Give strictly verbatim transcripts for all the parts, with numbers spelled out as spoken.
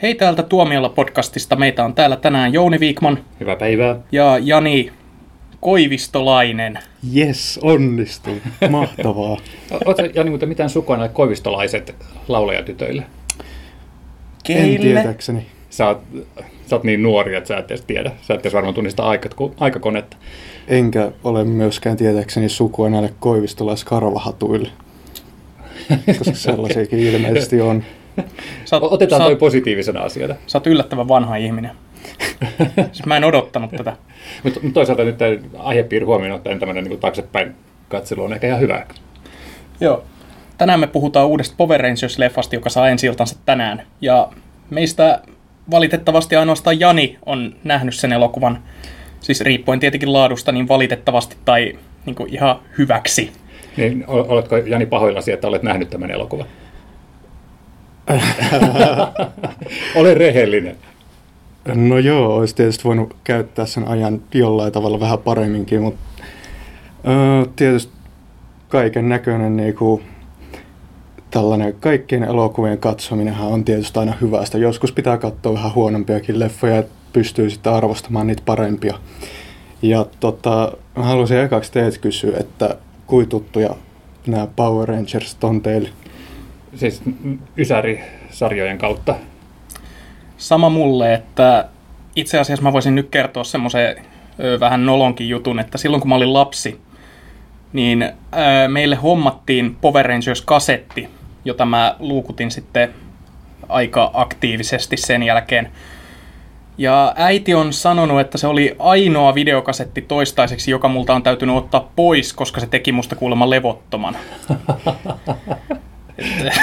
Hei täältä Tuomiolla podcastista. Meitä on täällä tänään Jouni Viikman. Hyvää päivää. Ja Jani Koivistolainen. Jes, onnistui. Mahtavaa. Oletko Jani muuten mitään sukua näille koivistolaiset laulajatytöille? Keille? En tietääkseni. Sä oot, sä oot niin nuori, että sä et edes tiedä. Sä et edes varmaan tunnista aikakonetta. Enkä ole myöskään tietääkseni sukua näille koivistolaiskarvahatuille. Koska sellaisiakin ilmeisesti on. Oot, Otetaan toi oot, positiivisena asiana. Sä oot yllättävän vanha ihminen. Siis mä en odottanut tätä. Mutta toisaalta nyt aihepiiri huomioon ottaen tämmöinen niin taaksepäin katselu on ehkä ihan hyvä. Joo. Tänään me puhutaan uudesta Power Rangers-leffasta, joka saa ensi-iltansa tänään. Ja meistä valitettavasti ainoastaan Jani on nähnyt sen elokuvan. Siis riippuen tietenkin laadusta, niin valitettavasti tai niin kuin ihan hyväksi. Niin, oletko Jani pahoillasi, että olet nähnyt tämän elokuvan? Ole rehellinen. No joo, olisi tietysti voinut käyttää sen ajan jollain tavalla vähän paremminkin, mutta öö, tietysti kaiken näköinen niinku, tällainen kaikkien elokuvien katsominenhan on tietysti aina hyvästä. Joskus pitää katsoa vähän huonompiakin leffoja, että pystyy sitten arvostamaan niitä parempia. Ja tota, mä haluaisin ekaksi teet kysyä, että kui tuttuja nämä Power Rangers on teille? Siis Ysäri-sarjojen kautta. Sama mulle, että itse asiassa mä voisin nyt kertoa semmoisen ö, vähän nolonkin jutun, että silloin kun mä olin lapsi, niin ö, meille hommattiin Power Rangers-kasetti, jota mä luukutin sitten aika aktiivisesti sen jälkeen. Ja äiti on sanonut, että se oli ainoa videokasetti toistaiseksi, joka multa on täytynyt ottaa pois, koska se teki musta kuulemma levottoman. Että,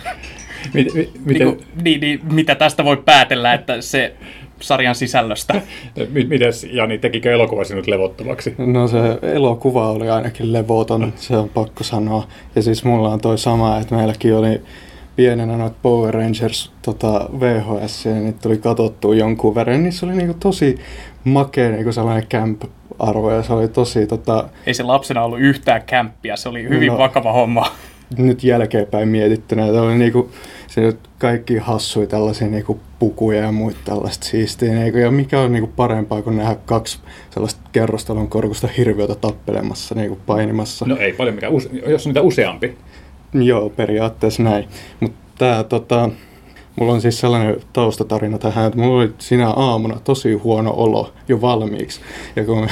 mit, mit, miten, niin, niin, niin, mitä tästä voi päätellä, että se sarjan sisällöstä? Mites Jani, tekikö elokuva sinut levottomaksi? No se elokuva oli ainakin levoton, se on pakko sanoa. Ja siis mulla on toi sama, että meilläkin oli pienenä noita Power Rangers tota, V H S, ja niitä tuli katsottua jonkun verran. Niissä oli niinku tosi makea niinku sellainen camp-arvo, ja se oli tosi... Tota... Ei se lapsena ollut yhtään kämppiä, se oli hyvin no, vakava homma. Nyt jälkeenpäin mietittynä, että oli niinku, se kaikki hassui tällaisia niinku pukuja ja muita tällaista siistiä. Niinku, ja mikä on niinku parempaa kuin nähdä kaksi sellaista kerrostalon korkusta hirviötä tappelemassa, niinku painimassa. No ei paljon mikään, jos on niitä useampi. Joo, periaatteessa näin. Mutta tää tota, mulla on siis sellainen taustatarina tähän, että mulla oli sinä aamuna tosi huono olo jo valmiiksi. Ja kun,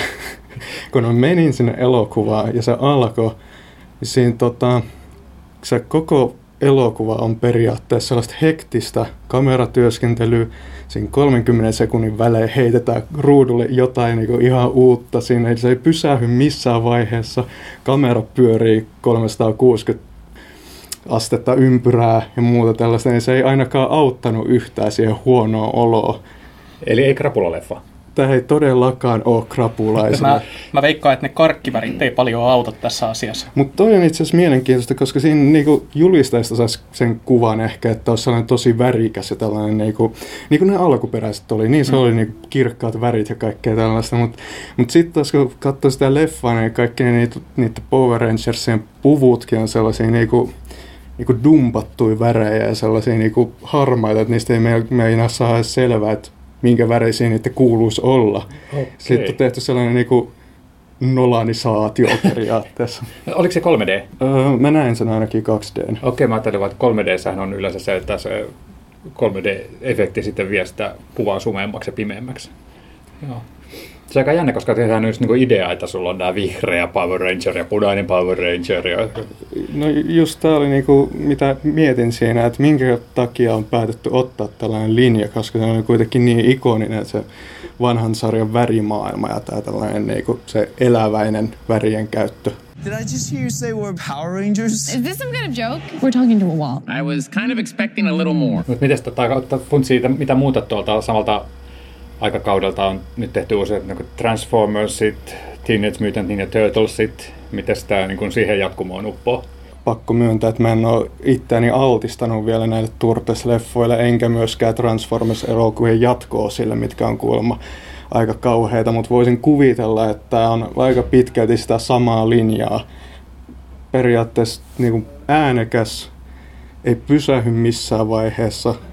kun mä menin sinne elokuvaan ja se alkoi, niin siinä tota, se koko elokuva on periaatteessa sellaista hektistä kameratyöskentelyä. Siinä kolmenkymmenen sekunnin välein heitetään ruudulle jotain niin kuin ihan uutta. Siinä se ei pysähdy missään vaiheessa. Kamera pyörii kolmesataakuusikymmentä astetta ympyrää ja muuta tällaista, niin se ei ainakaan auttanut yhtään siihen huonoa oloa. Eli ei krapulaleffa? Tämä ei todellakaan ole krapulaisena. Mä, mä veikkaan, että ne karkkivärit ei paljon auta tässä asiassa. Mutta toi on itse asiassa mielenkiintoista, koska siinä niinku julisteista saisi sen kuvan ehkä, että olisi sellainen tosi värikäs ja tällainen, niinku, niin kuin ne alkuperäiset oli, niin se mm. oli niinku kirkkaat värit ja kaikkea tällaista. Mutta mut sitten taas kun katsoo sitä leffaa, niin kaikki niitä, niitä Power Rangersien puvutkin on sellaisia niinku, niinku dumpattuja värejä ja sellaisia niinku harmaita, että niistä ei meinaa saada selvää, että minkä väreisiä niitä kuuluisi olla. Okay. Sitten on tehty sellainen niinku nolanisaatio periaatteessa. Oliko se kolme D? Öö, mä näin sen ainakin kaksi D. Okei, okay, mä ajattelin, että kolme D-sähän on yleensä se, että se kolme D-efekti sitten vie sitä kuvaa sumeammaksi ja pimeämmäksi. Joo. Se on aika jännä, koska tehdään just niinku idea, että sulla on nämä vihreä Power Ranger ja punainen Power Ranger. Ja... No just tää oli niinku, mitä mietin siinä, että minkä takia on päätetty ottaa tällainen linja, koska se on kuitenkin niin ikoninen se vanhan sarjan värimaailma ja tää tällainen niinku se eläväinen värien käyttö. Did I just hear you say we're Power Rangers? Is this some kind of joke? We're talking to a wall. I was kind of expecting a little more. Mutta miten tota, siitä, mitä muuta tuolta samalta aikakaudelta on nyt tehty useat niin Transformersit, Teenage Mutant Ninja Turtlesit, miten sitä niin siihen jatkumoon uppoo? Pakko myöntää, että mä en ole itseäni altistanut vielä näille Turtles-leffoille, enkä myöskään Transformers-elokuvien jatko-osille, mitkä on kuulemma aika kauheita, mutta voisin kuvitella, että tämä on aika pitkälti sitä samaa linjaa. Periaatteessa niin kuin äänekäs, ei pysähy missään vaiheessa.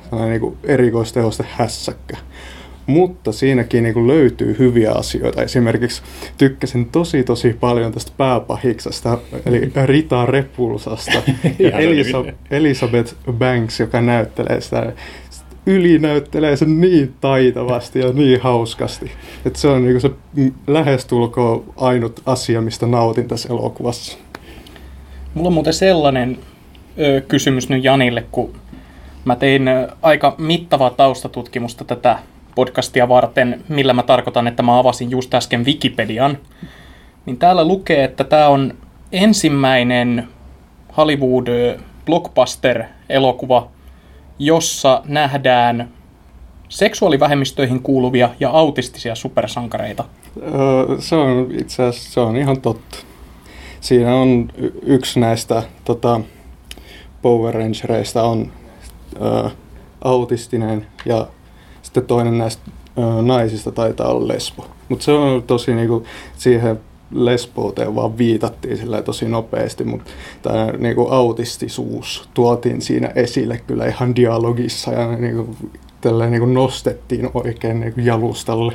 niin kuin erikoistehoste hässäkkä. Mutta siinäkin niin kuin löytyy hyviä asioita. Esimerkiksi tykkäsin tosi tosi paljon tästä pääpahiksesta, eli Rita Repulsasta. Ja Elisa, Elizabeth Banks, joka näyttelee sitä, ylinäyttelee sen niin taitavasti ja niin hauskasti. Että se on niin kuin se lähestulkoon ainut asia, mistä nautin tässä elokuvassa. Mulla on muuten sellainen ö, kysymys nyt Janille, kun mä tein ö, aika mittavaa taustatutkimusta tätä podcastia varten, millä mä tarkoitan, että mä avasin just äsken Wikipedian. Niin täällä lukee, että tää on ensimmäinen Hollywood blockbuster-elokuva, jossa nähdään seksuaalivähemmistöihin kuuluvia ja autistisia supersankareita. Öö, se on itse asiassa se on ihan totta. Siinä on y- yksi näistä tota, Power Rangereista on ö, autistinen ja sitten toinen näistä ö, naisista taitaa olla lesbo. Mutta se on tosi niinku, siihen lesbouteen vaan viitattiin sillä tosi nopeasti, mutta tämä niinku, autistisuus tuotiin siinä esille kyllä ihan dialogissa ja niinku, tälleen niinku, nostettiin oikein niinku, jalustalle.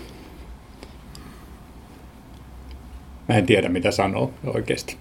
Mä en tiedä, mitä sanoo oikeasti.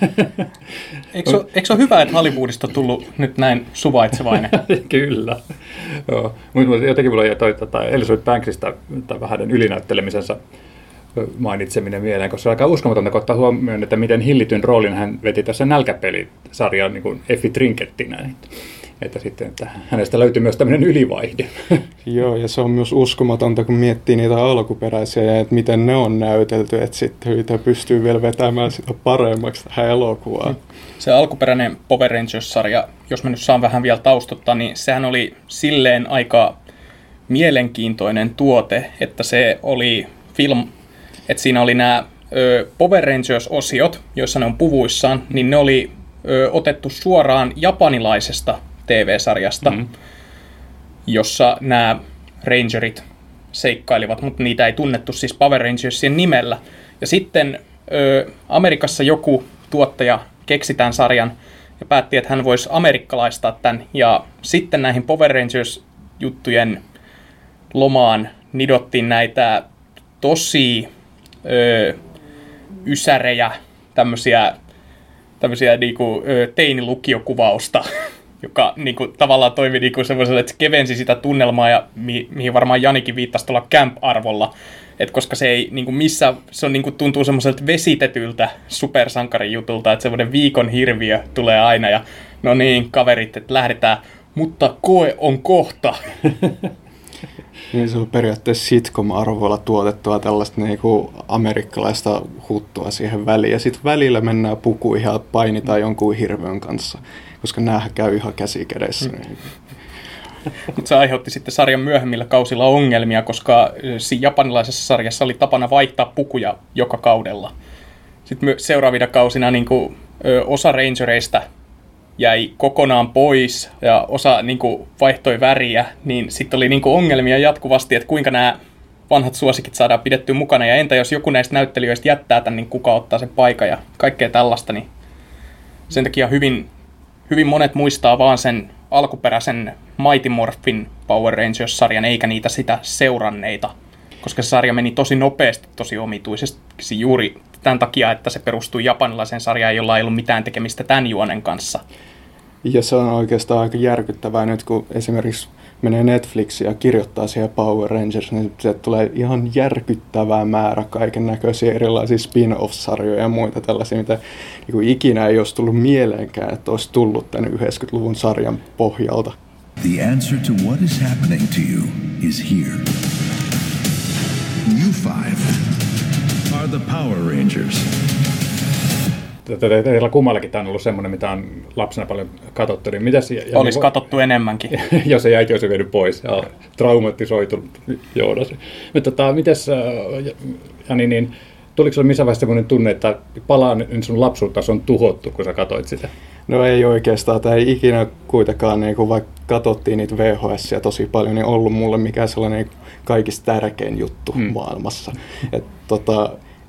Eikö se, eikö se ole hyvä, että Hollywoodista on tullut nyt näin suvaitsevainen? Kyllä. Joo. Mutta jotenkin mulla jäi toi tota, Elizabeth Banksista hänen ylinäyttelemisensä mainitseminen mieleen, koska se on aika uskomatonta, kun ottaa huomioon, että miten hillityn roolin hän veti tässä nälkäpelisarjan niin kuin Effi Trinkettinä. Että sitten, että hänestä löytyy myös tämmöinen ylivaihde. Joo, ja se on myös uskomatonta, kun miettii niitä alkuperäisiä ja että miten ne on näytelty, että sitten itse pystyy vielä vetämään sitä paremmaksi tähän elokuvaan. Se alkuperäinen Power Rangers-sarja, jos mä nyt saan vähän vielä taustottaa, niin sehän oli silleen aika mielenkiintoinen tuote, että se oli film, että siinä oli nämä ö, Power Rangers-osiot, joissa ne on puvuissaan, niin ne oli ö, otettu suoraan japanilaisesta T V-sarjasta, mm-hmm. jossa nämä rangerit seikkailivat, mutta niitä ei tunnettu siis Power Rangersien nimellä. Ja sitten ö, Amerikassa joku tuottaja keksi tämän sarjan ja päätti, että hän voisi amerikkalaistaa tämän. Ja sitten näihin Power Rangers-juttujen lomaan nidottiin näitä tosi ö, ysärejä, tämmöisiä, tämmöisiä niinku, ö, teinilukiokuvausta, joka niinku, tavallaan toimi niinku semmoiselle, että se kevensi sitä tunnelmaa, ja mi- mihin varmaan Janikin viittasi tuolla Camp-arvolla, et koska se ei niinku missä, se on, niinku, tuntuu semmoiselta vesitetyltä supersankarijutulta, että semmoinen viikon hirviö tulee aina, ja no niin, kaverit, että lähdetään, mutta koe on kohta. Niin se on periaatteessa sitcom-arvoilla tuotettua tällaista niinku amerikkalaista huttua siihen väliin. Ja sitten välillä mennään pukuihin ja painitaan jonkun hirveön kanssa, koska näähän käy ihan käsi kädessä. Mm. Mutta se aiheutti sitten sarjan myöhemmillä kausilla ongelmia, koska siinä japanilaisessa sarjassa oli tapana vaihtaa pukuja joka kaudella. Sitten seuraavina kausina niin kuin, ö, osa rangereista jäi kokonaan pois ja osa niin kuin, vaihtoi väriä, niin sitten oli niin kuin, ongelmia jatkuvasti, että kuinka nämä vanhat suosikit saadaan pidettyä mukana, ja entä jos joku näistä näyttelijöistä jättää tämän, niin kuka ottaa sen paikan ja kaikkea tällaista, niin sen takia hyvin, hyvin monet muistaa vaan sen alkuperäisen Mighty Morphin Power Rangers-sarjan, eikä niitä sitä seuranneita, koska se sarja meni tosi nopeasti, tosi omituisesti juuri tämän takia, että se perustui japanilaiseen sarjaan, jolla ei ollut mitään tekemistä tämän juonen kanssa. Ja se on oikeastaan aika järkyttävää nyt, kun esimerkiksi menee Netflixiin ja kirjoittaa siihen Power Rangers, niin se tulee ihan järkyttävää määrä kaiken näköisiä erilaisia spin-off-sarjoja ja muita tällaisia, mitä niin kuin ikinä ei olisi tullut mieleenkään, että olisi tullut tänne yhdeksänkymmentäluvun sarjan pohjalta. The answer to what is happening to you is here. You five are the Power Rangers. Teillä kummallakin tämä on ollut semmoinen, mitä on lapsena paljon katsottu. Niin mitäs, olisi katsottu enemmänkin. Jos ei äiti olisi vienyt pois. Ja traumatisoitu joudasi. Mutta tota, mitäs, Jani, niin tuliko sinulle missään vaiheessa semmoinen tunne, että palaa sun lapsuutta on tuhottu, kun sä katsoit sitä? No ei oikeastaan. Tämä ei ikinä kuitenkaan, niin kun vaikka katsottiin niitä V H S:ia tosi paljon, niin ollut mulle mikään sellainen kaikista tärkein juttu mm. maailmassa. Et, tota,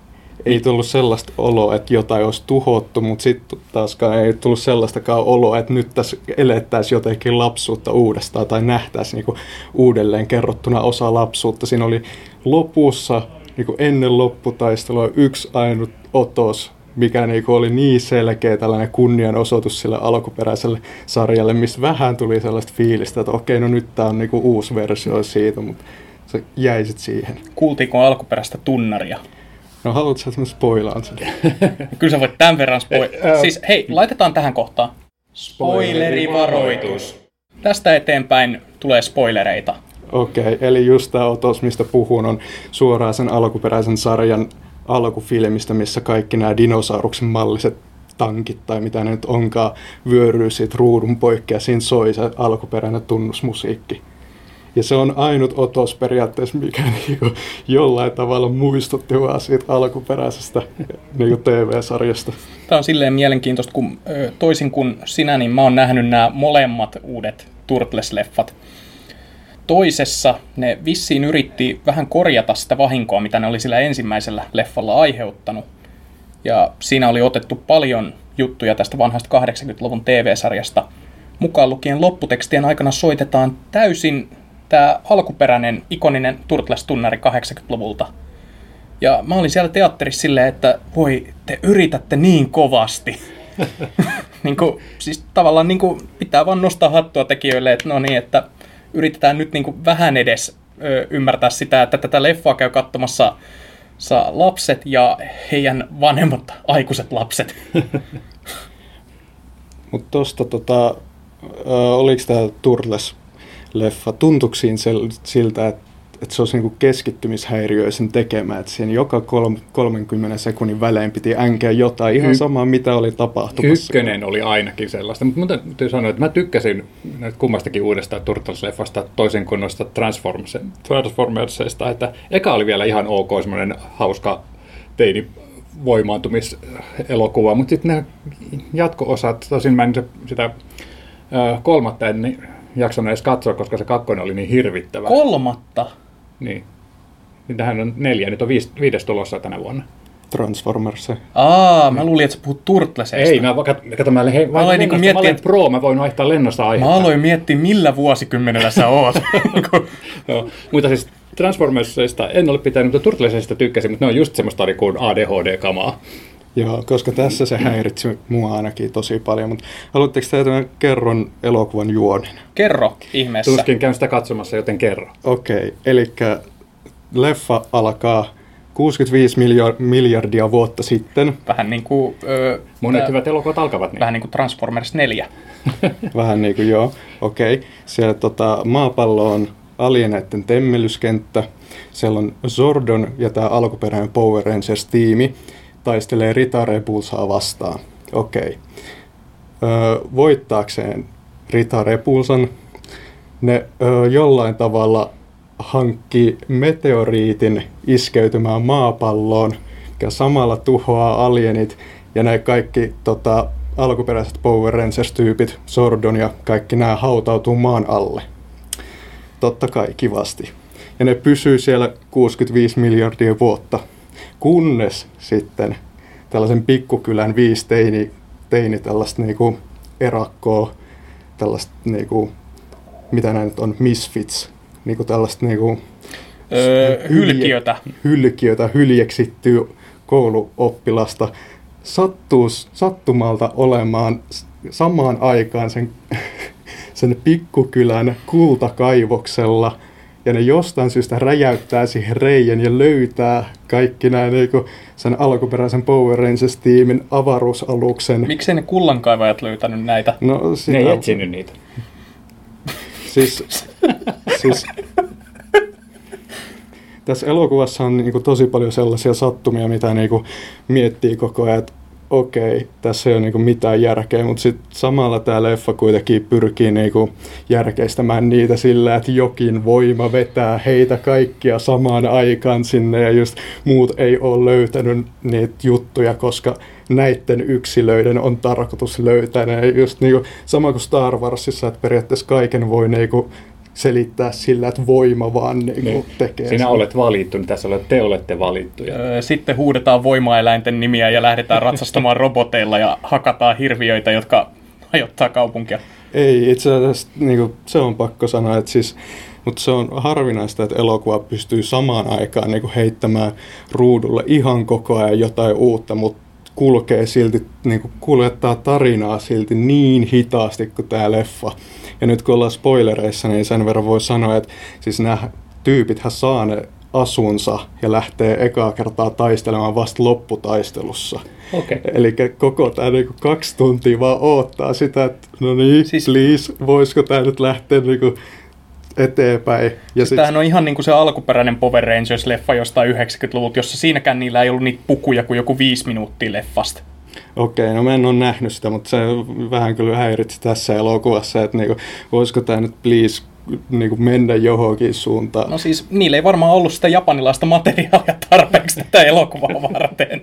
ei tullut sellaista oloa, että jotain olisi tuhottu, mutta sitten taaskaan ei tullut sellaistakaan oloa, että nyt tässä elettäisiin jotenkin lapsuutta uudestaan tai nähtäisiin niinku uudelleen kerrottuna osa lapsuutta. Siinä oli lopussa niinku ennen lopputaistelua yksi ainut otos, mikä niinku oli niin selkeä tällainen kunnianosoitus sille alkuperäiselle sarjalle, missä vähän tuli sellaista fiilistä, että okei, no nyt tämä on niinku uusi versio siitä, mutta se jäi sitten siihen. Kuultiinko alkuperäistä tunnaria? No haluatko sä spoilaan sen? Kyllä sä voit tämän verran spoilata. Siis hei, laitetaan tähän kohtaan. Spoilerivaroitus. Tästä eteenpäin tulee spoilereita. Okei, okay, eli just tämä otos, mistä puhun, on suoraan sen alkuperäisen sarjan alkufilmistä, missä kaikki nämä dinosauruksen malliset tankit tai mitä ne nyt onkaan vyöryy siitä ruudun poikki ja siinä soi se alkuperäinen tunnusmusiikki. Ja se on ainut otos periaatteessa, mikä niinku jollain tavalla muistutti vaan siitä alkuperäisestä niinku T V-sarjasta. Tämä on silleen mielenkiintoista, kun toisin kuin sinä, niin mä oon nähnyt nämä molemmat uudet Turtles-leffat. Toisessa ne vissiin yritti vähän korjata sitä vahinkoa, mitä ne oli sillä ensimmäisellä leffalla aiheuttanut. Ja siinä oli otettu paljon juttuja tästä vanhasta kahdeksankymmentäluvun T V-sarjasta. Mukaan lukien lopputekstien aikana soitetaan täysin tämä alkuperäinen ikoninen Turtles-tunnari kahdeksankymmentäluvulta. Ja mä olin siellä teatterissa silleen, että voi, te yritätte niin kovasti. niin kuin, siis tavallaan niin kuin pitää vaan nostaa hattua tekijöille, että no niin, että yritetään nyt niin kuin vähän edes ö, ymmärtää sitä, että tätä leffaa käy katsomassa saa lapset ja heidän vanhemmat aikuiset lapset. Mutta tosta tota, oliko tämä Turtles-leffa, tuntuiko siinä siltä, että et se olisi niinku keskittymishäiriöisen tekemään, että siinä joka kolmenkymmenen sekunnin välein piti änkeä jotain, ihan y- samaa mitä oli tapahtumassa. Ykkönen oli ainakin sellaista, mutta minun täytyy sanoa, että mä tykkäsin kummastakin uudesta Turtles-leffasta toisin kuin noista Transformersista, että eka oli vielä ihan ok, semmoinen hauska teini voimaantumiselokuva, mutta sitten nämä jatko-osat, tosin mä en sitä kolmatta en jaksanut edes katsoa, koska se kakkonen oli niin hirvittävä. Kolmatta? Niin. Tähän on neljä, nyt on viis, viides tulossa tänä vuonna. Transformers. Aa, mä luulin, että sä puhut Turtlesista. Ei, mä kato, mä, he, mä, olen niin miettiä, mä pro, mä voin vaihtaa lennosta aihetta. Mä aloin miettiä, millä vuosikymmenellä sä oot. no, mutta siis Transformersista en ole pitänyt, mutta Turtlesista tykkäsin, mutta ne on just semmoista kuin A D H D-kamaa. Joo, koska tässä se häiritsi mua ainakin tosi paljon, mutta haluatteko tehdä kerron elokuvan juonen? Kerro ihmeessä. Tuskin käyn sitä katsomassa, joten kerro. Okei, okay, eli leffa alkaa kuusikymmentäviisi miljardia vuotta sitten. Vähän niin kuin... Öö, Monet äh, hyvät elokuvat alkavat niin. Vähän niin kuin Transformers neljä. Vähän niin kuin joo, okei. Okay. Siellä tota, maapallo on alieneiden temmelyskenttä. Siellä on Zordon ja tämä alkuperäinen Power Rangers-tiimi taistelee Rita Repulsaa vastaan. Okei. Okay. Öö, voittaakseen Rita Repulsan ne öö, jollain tavalla hankki meteoriitin iskeytymään maapalloon, ja samalla tuhoaa alienit ja ne kaikki tota, alkuperäiset Power Rangers-tyypit, Zordon ja kaikki nämä hautautuu maan alle. Totta kai kivasti. Ja ne pysyy siellä kuusikymmentäviisi miljardia vuotta, kunnes sitten tällaisen pikkukylän viisi teini, teini tällaista niinku erakkoa, tällaista niinku, mitä näin nyt on, misfits, niinku tällaista niinku öö, hylkiötä. hylkiötä, hyljeksittyy kouluoppilasta, sattuu sattumalta olemaan samaan aikaan sen, sen pikkukylän kultakaivoksella, ja ne jostain syystä räjäyttää siihen reijän ja löytää kaikki nämä niinku sen alkuperäisen Power Rangers-tiimin avaruusaluksen. Miksei ne kullankaivajat löytänyt näitä? No, sitä... Ne ei etsinyt niitä. Siis, siis tässä elokuvassa on niinku tosi paljon sellaisia sattumia, mitä niinku miettii koko ajan, että okei, tässä ei ole niinku mitään järkeä, mutta sitten samalla tämä leffa kuitenkin pyrkii niinku järkeistämään niitä sillä, että jokin voima vetää heitä kaikkia samaan aikaan sinne, ja just muut ei ole löytänyt niitä juttuja, koska näiden yksilöiden on tarkoitus löytää. Ja just niinku, sama kuin Star Warsissa, että periaatteessa kaiken voi niinku selittää sillä, että voima vaan niin niin. tekee. Sinä sen. olet valittu, niin tässä olet, te olette valittuja. Sitten huudetaan voimaeläinten nimiä ja lähdetään ratsastamaan roboteilla ja hakataan hirviöitä, jotka hajottaa kaupunkia. Ei, itse asiassa niin kuin, se on pakko sanoa, että siis, mutta se on harvinaista, että elokuva pystyy samaan aikaan niin kuin heittämään ruudulle ihan koko ajan jotain uutta, mutta kulkee silti, niin kuin kuljettaa tarinaa silti niin hitaasti kuin tämä leffa. Ja nyt kun ollaan spoilereissa, niin sen verran voi sanoa, että siis nämä tyypithän saa ne asunsa ja lähtee ekaa kertaa taistelemaan vasta lopputaistelussa. Okay. Eli koko tämä niinku kaksi tuntia vaan odottaa sitä, että no niin, siis, please, voisiko tämä nyt lähteä niinku eteenpäin. Ja siis sit... Tämähän on ihan niin kuin se alkuperäinen Power Rangers-leffa jostain yhdeksänkymmentäluvulta, jossa siinäkään niillä ei ollut niitä pukuja kuin joku viisi minuuttia leffasta. Okei, no mä en ole nähnyt sitä, mutta se vähän kyllä häiritsi tässä elokuvassa, että niinku, voisiko tämä nyt please niinku mennä johonkin suuntaan. No siis niillä ei varmaan ollut sitä japanilaista materiaalia tarpeeksi tätä elokuvaa varten.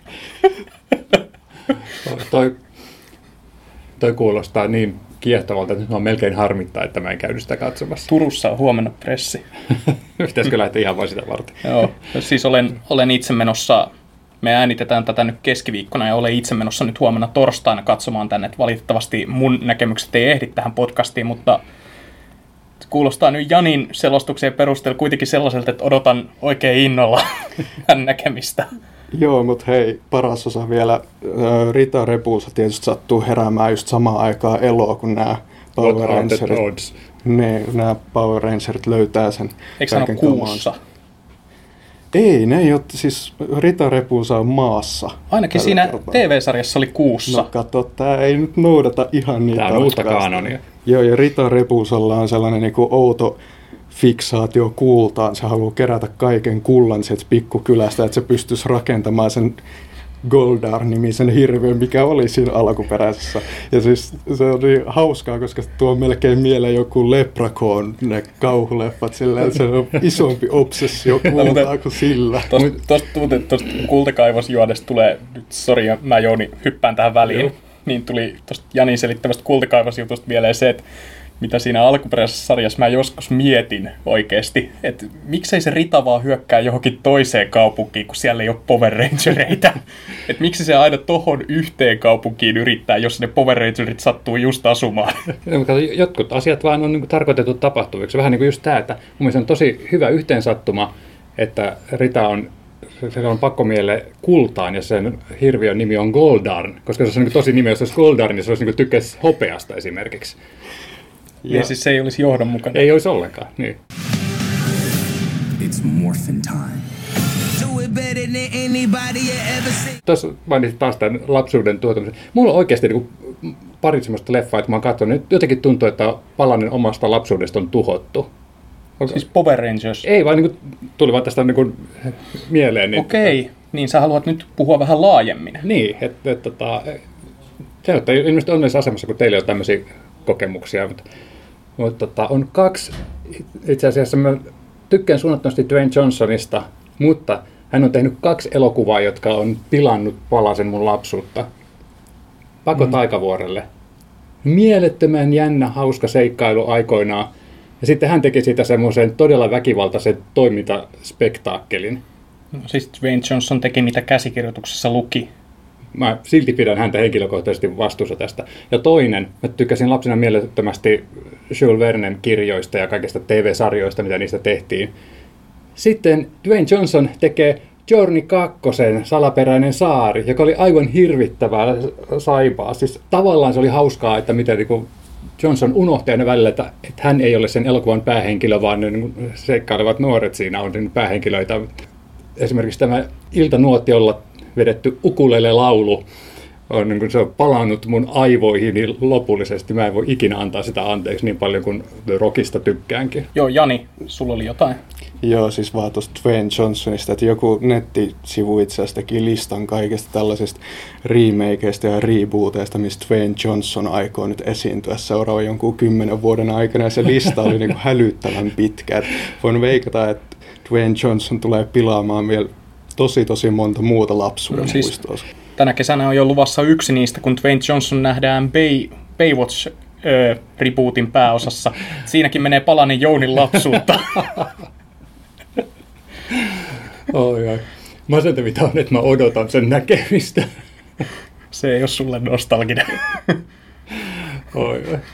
toi, toi kuulostaa niin kiehtovalta, että nyt mä melkein harmittaa, että mä en käynyt sitä katsomassa. Turussa on huomenna pressi. Pitäisikö lähteä ihan vain sitä varten? Joo, siis olen, olen itse menossa, me äänitetään tätä nyt keskiviikkona ja olen itse menossa nyt huomenna torstaina katsomaan tänne. Että valitettavasti mun näkemykset ei ehdi tähän podcastiin, mutta kuulostaa nyt Janin selostukseen perusteella kuitenkin sellaiselta, että odotan oikein innolla hän näkemistä. Joo, mutta hei, paras osa vielä. Rita Repulsa tietysti sattuu heräämään just samaan aikaan eloa, kun nämä Power Rangerit, ne, nämä Power Rangerit löytää sen. Eikö hän ole kuussa? Ei, ne ei ole, siis Rita Repulsa on maassa. Ainakin siinä kertaa. T V-sarjassa oli kuussa. No kato, tää ei nyt noudata ihan niin. Tää on uutta kaanonia. Joo, ja Rita Repulsalla on sellainen niin kuin outo fiksaatio kultaan. Se haluaa kerätä kaiken kullan sieltä pikkukylästä, että se pystyisi rakentamaan sen Goldar-nimisen hirviön, mikä oli siinä alkuperäisessä. Ja siis se on niin hauskaa, koska se tuo melkein mieleen joku Leprechaun, ne kauhuleffat, sillä että se on isompi obsessio kultaa kuin sillä. Tuosta kultakaivosjuodesta tulee, nyt sori, mä Jouni hyppään tähän väliin, Joo. niin tuli tuosta Janin selittämästä kultakaivosjutusta mieleen se, että mitä siinä alkuperäisessä sarjassa mä joskus mietin oikeasti, että miksei se Rita vaan hyökkää johonkin toiseen kaupunkiin, kun siellä ei ole Power Rangereita. Että miksi se aina tohon yhteen kaupunkiin yrittää, jos ne Power Rangerit sattuu just asumaan. Jotkut asiat vaan on niin kuin tarkoitettu tapahtuviksi. Vähän niin kuin just tämä, että mun mielestä on tosi hyvä yhteensattuma, että Rita on, se on pakkomielle kultaan ja sen hirviön nimi on Goldarn, koska se on niin tosi nimi, jos se olisi Goldarn, niin se olisi niin tykkäisi hopeasta esimerkiksi. Ja, ja siis se ei olisi johdonmukainen. Ei olisi ollenkaan, niin. It's morphin time. Tuossa mainitsin taas tämän lapsuuden tuotamisen. Mulla on oikeasti niin kuin pari semmoista leffaa, että mä oon katsonut. Nyt jotenkin tuntuu, että palanen omasta lapsuudesta on tuhottu. Onko? Siis Power Rangers? Ei, vaan niin kuin, tuli vaan tästä niin kuin mieleen. Niin, Okei, okay. Niin sä haluat nyt puhua vähän laajemmin. Niin, että et, tota, se on ilmeisesti onnellisessa asemassa, kun teillä on tämmöisiä kokemuksia, mutta Mutta tota, on kaksi, itse asiassa mä tykkään suunnattomasti Dwayne Johnsonista, mutta hän on tehnyt kaksi elokuvaa, jotka on pilannut palasen mun lapsuutta. Pako mm. taikavuorelle. Mielettömän jännä, hauska seikkailu aikoinaan. Ja sitten hän teki siitä semmoisen todella väkivaltaisen toimintaspektaakkelin. No, siis Dwayne Johnson teki, mitä käsikirjoituksessa luki. Mä silti pidän häntä henkilökohtaisesti vastuussa tästä. Ja toinen, mä tykkäsin lapsena mielettömästi Jules Vernen kirjoista ja kaikista T V-sarjoista, mitä niistä tehtiin. Sitten Dwayne Johnson tekee Journey kakkosen Salaperäinen saari, joka oli aivan hirvittävää saipaa. Siis tavallaan se oli hauskaa, että miten niin Johnson unohti aina välillä, että, että hän ei ole sen elokuvan päähenkilö, vaan ne niin seikkailevat nuoret siinä on niin päähenkilöitä. Esimerkiksi tämä Iltanuotiolla vedetty ukulele-laulu on, niin kuin se on palannut mun aivoihin niin lopullisesti. Mä en voi ikinä antaa sitä anteeksi niin paljon kuin rockista tykkäänkin. Joo, Jani, sulla oli jotain. Joo, siis vaan tuosta Dwayne Johnsonista, että joku nettisivu itse asiassa teki listan kaikista tällaisista remakeista ja rebooteista, missä Dwayne Johnson aikoo nyt esiintyä seuraavan jonkun kymmenen vuoden aikana, ja se lista oli niin kuin hälyttävän pitkä. Et voin veikata, että Dwayne Johnson tulee pilaamaan vielä tosi tosi monta muuta lapsuuden no, siis muistoa. Tänä kesänä on jo luvassa yksi niistä, kun Dwayne Johnson nähdään Bay, Baywatch öö, rebootin pääosassa. Siinäkin menee palanen Jounin lapsuutta. Oi, oi. Masentavinta on, että mä odotan sen näkemistä. Se ei ole sulle nostalginen. Oi, oi.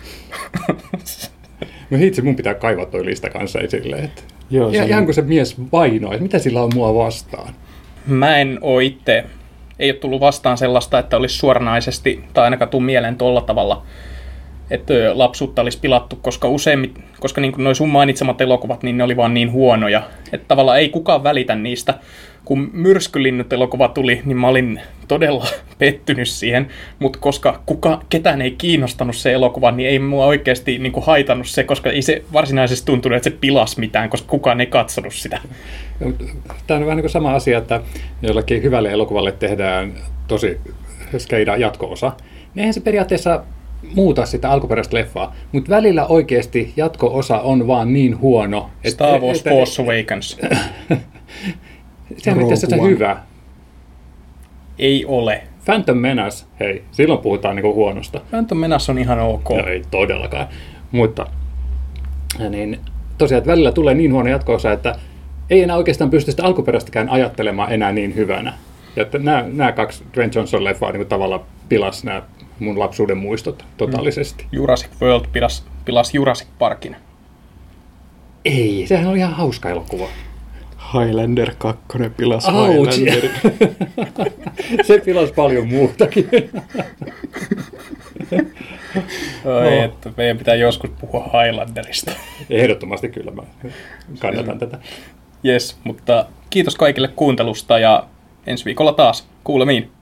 No hitsi, mun pitää kaivaa toi lista kanssa esille. Että... Joo, ja, se ihan kun se mies vainoi, että mitä sillä on mua vastaan? Mä en oo itse, ei ole tullut vastaan sellaista, että olisi suoranaisesti, tai ainakaan tuu mieleen tolla tavalla, että lapsuutta olisi pilattu, koska useimmin, koska niin kuin noi sun mainitsemat elokuvat, niin ne oli vaan niin huonoja, että tavallaan ei kukaan välitä niistä. Kun Myrskylinnut elokuva tuli, niin mä olin todella pettynyt siihen, mutta koska kuka, ketään ei kiinnostanut se elokuva, niin ei mua oikeasti niin kuin haitannut se, koska ei se varsinaisesti tuntunut, että se pilasi mitään, koska kukaan ei katsonut sitä. Tämä on vähän niin kuin sama asia, että jollakin hyvälle elokuvalle tehdään tosi skeida jatko-osa, niin eihän se periaatteessa muuta sitä alkuperäistä leffaa, mutta välillä oikeasti jatko-osa on vaan niin huono. Että, Star Wars että, Force Awakens. Sehän on itse asiassa hyvä. Ei ole. Phantom Menace, hei, silloin puhutaan niinku huonosta. Phantom Menace on ihan ok. No ei todellakaan, mutta niin, tosiaan, että välillä tulee niin huono jatko-osa, että ei enää oikeastaan pysty sitä alkuperäistäkään ajattelemaan enää niin hyvänä. Ja että nämä, nämä kaksi Dwayne Johnson-leffaa niin tavallaan pilas nämä mun lapsuuden muistot totaalisesti. Jurassic World pilas, pilas Jurassic Parkin. Ei, sehän oli ihan hauska elokuva. Highlander kaksi pilas Ouch. Highlander. Se pilasi paljon muutakin. Oi, no. Että meidän pitää joskus puhua Highlanderista. Ehdottomasti kyllä, mä kannatan tätä. Jes, mutta kiitos kaikille kuuntelusta ja ensi viikolla taas kuulemiin.